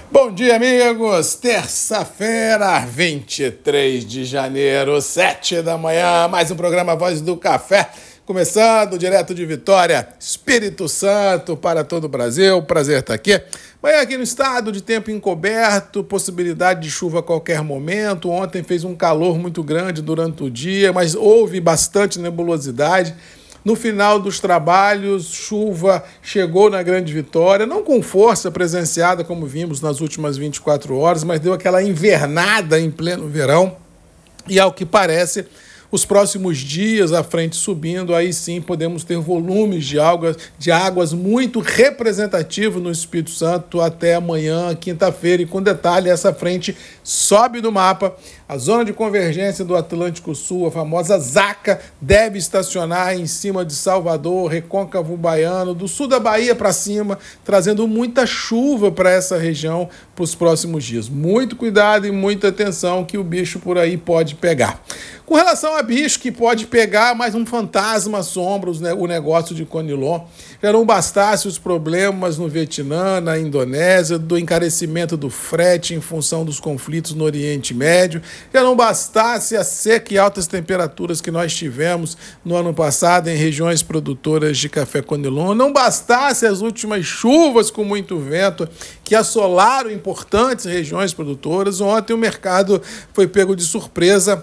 Bom dia, amigos! Terça-feira, 23 de janeiro, 7 da manhã, mais um programa Voz do Café, começando direto de Vitória, Espírito Santo, para todo o Brasil. Prazer estar aqui. Manhã aqui no estado, de tempo encoberto, possibilidade de chuva a qualquer momento. Ontem fez um calor muito grande durante o dia, mas houve bastante nebulosidade. No final dos trabalhos, chuva chegou na Grande Vitória, não com força presenciada como vimos nas últimas 24 horas, mas deu aquela invernada em pleno verão. E ao que parece, os próximos dias à frente subindo, aí sim podemos ter volumes de águas muito representativos no Espírito Santo até amanhã, quinta-feira. E com detalhe, essa frente sobe do mapa. A zona de convergência do Atlântico Sul, a famosa ZACA, deve estacionar em cima de Salvador, Recôncavo Baiano, do sul da Bahia para cima, trazendo muita chuva para essa região para os próximos dias. Muito cuidado e muita atenção que o bicho por aí pode pegar. Com relação a bicho que pode pegar, mais um fantasma assombra o negócio de Conilon. Já não bastasse os problemas no Vietnã, na Indonésia, do encarecimento do frete em função dos conflitos no Oriente Médio. Já não bastasse a seca e altas temperaturas que nós tivemos no ano passado em regiões produtoras de café Conilon. Não bastasse as últimas chuvas com muito vento que assolaram importantes regiões produtoras. Ontem o mercado foi pego de surpresa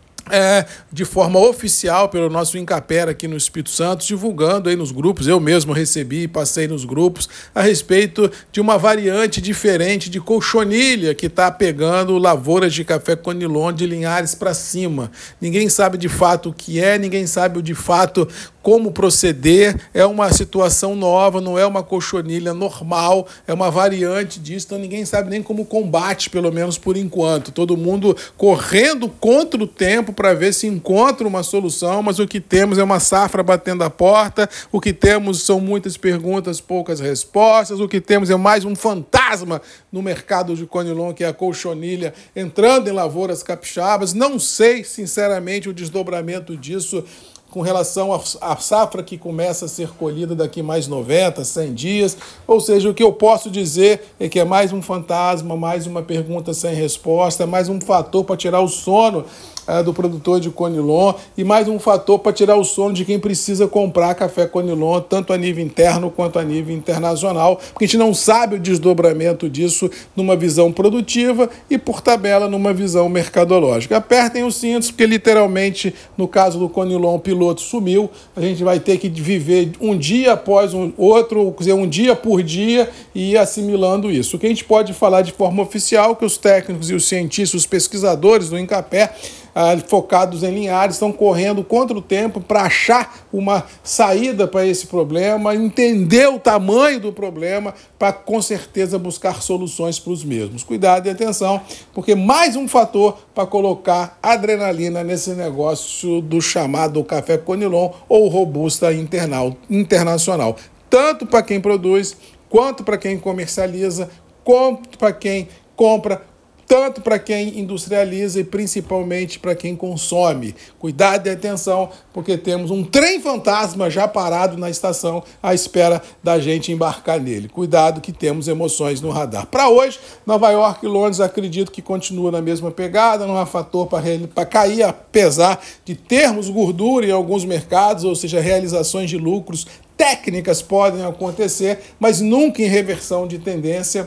de forma oficial pelo nosso Incapera aqui no Espírito Santo, divulgando aí nos grupos, eu mesmo recebi e passei nos grupos, a respeito de uma variante diferente de cochonilha que está pegando lavouras de café Conilon de Linhares para cima. Ninguém sabe de fato o que é, ninguém sabe de fato como proceder. É uma situação nova, não é uma cochonilha normal, é uma variante disso, então ninguém sabe nem como combate, pelo menos por enquanto. Todo mundo correndo contra o tempo para ver se encontra uma solução, mas o que temos é uma safra batendo a porta, o que temos são muitas perguntas, poucas respostas, o que temos é mais um fantasma no mercado de Conilon, que é a cochonilha, entrando em lavouras capixabas. Não sei, sinceramente, o desdobramento disso com relação à safra que começa a ser colhida daqui mais 90, 100 dias. Ou seja, o que eu posso dizer é que é mais um fantasma, mais uma pergunta sem resposta, mais um fator para tirar o sono do produtor de Conilon e mais um fator para tirar o sono de quem precisa comprar café Conilon, tanto a nível interno quanto a nível internacional, porque a gente não sabe o desdobramento disso numa visão produtiva e, por tabela, numa visão mercadológica. Apertem os cintos, porque literalmente, no caso do Conilon, o piloto sumiu. A gente vai ter que viver um dia após o outro, quer dizer, um dia por dia, e ir assimilando isso. O que a gente pode falar de forma oficial, que os técnicos e os cientistas, os pesquisadores do Incapé, focados em Linhares, estão correndo contra o tempo para achar uma saída para esse problema, entender o tamanho do problema, para com certeza buscar soluções para os mesmos. Cuidado e atenção, porque mais um fator para colocar adrenalina nesse negócio do chamado café Conilon ou robusta internacional. Tanto para quem produz, quanto para quem comercializa, quanto para quem compra, tanto para quem industrializa e principalmente para quem consome. Cuidado e atenção, porque temos um trem fantasma já parado na estação à espera da gente embarcar nele. Cuidado que temos emoções no radar. Para hoje, Nova York e Londres, acredito que continua na mesma pegada, não há fator para cair, apesar de termos gordura em alguns mercados, ou seja, realizações de lucros técnicas podem acontecer, mas nunca em reversão de tendência,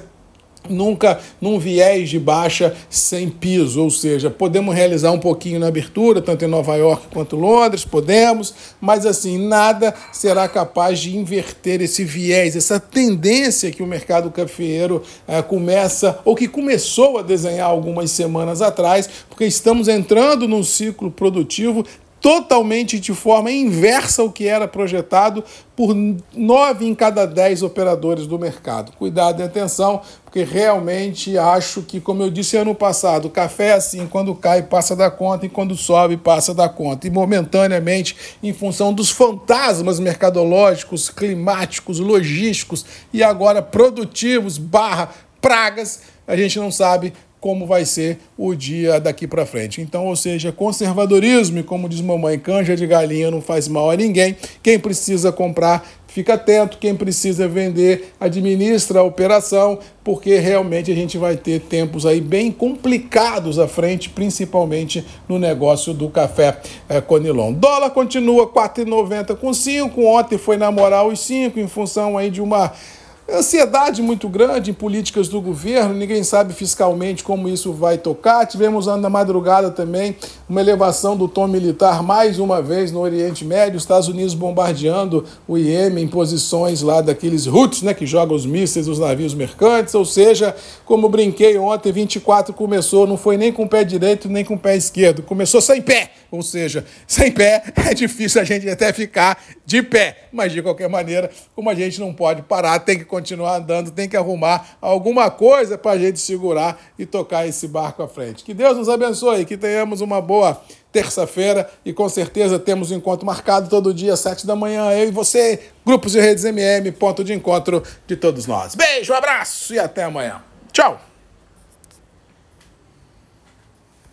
nunca num viés de baixa sem piso, ou seja, podemos realizar um pouquinho na abertura, tanto em Nova York quanto Londres, podemos, mas assim, nada será capaz de inverter esse viés, essa tendência que o mercado cafeeiro começa, ou que começou a desenhar algumas semanas atrás, porque estamos entrando num ciclo produtivo totalmente de forma inversa ao que era projetado por 9 em cada 10 operadores do mercado. Cuidado e atenção, porque realmente acho que, como eu disse ano passado, o café é assim, quando cai passa da conta e quando sobe passa da conta. E momentaneamente, em função dos fantasmas mercadológicos, climáticos, logísticos e agora produtivos / pragas, a gente não sabe como vai ser o dia daqui para frente. Então, ou seja, conservadorismo, e como diz mamãe, canja de galinha não faz mal a ninguém. Quem precisa comprar, fica atento. Quem precisa vender, administra a operação, porque realmente a gente vai ter tempos aí bem complicados à frente, principalmente no negócio do café Conilon. Dólar continua 4,90 com 5, ontem foi na moral os 5, em função aí de uma ansiedade muito grande em políticas do governo, ninguém sabe fiscalmente como isso vai tocar. Tivemos na madrugada também uma elevação do tom militar mais uma vez no Oriente Médio, Estados Unidos bombardeando o Iêmen em posições lá daqueles Houthis, né, que jogam os mísseis dos navios mercantes, ou seja, como brinquei ontem, 24 começou, não foi nem com o pé direito nem com o pé esquerdo, começou sem pé, ou seja, sem pé é difícil a gente até ficar de pé, mas de qualquer maneira, como a gente não pode parar, tem que continuar andando, tem que arrumar alguma coisa para a gente segurar e tocar esse barco à frente. Que Deus nos abençoe, que tenhamos uma boa terça-feira e com certeza temos um encontro marcado todo dia às 7 da manhã. Eu e você, Grupos e Redes MM, ponto de encontro de todos nós. Beijo, abraço e até amanhã. Tchau!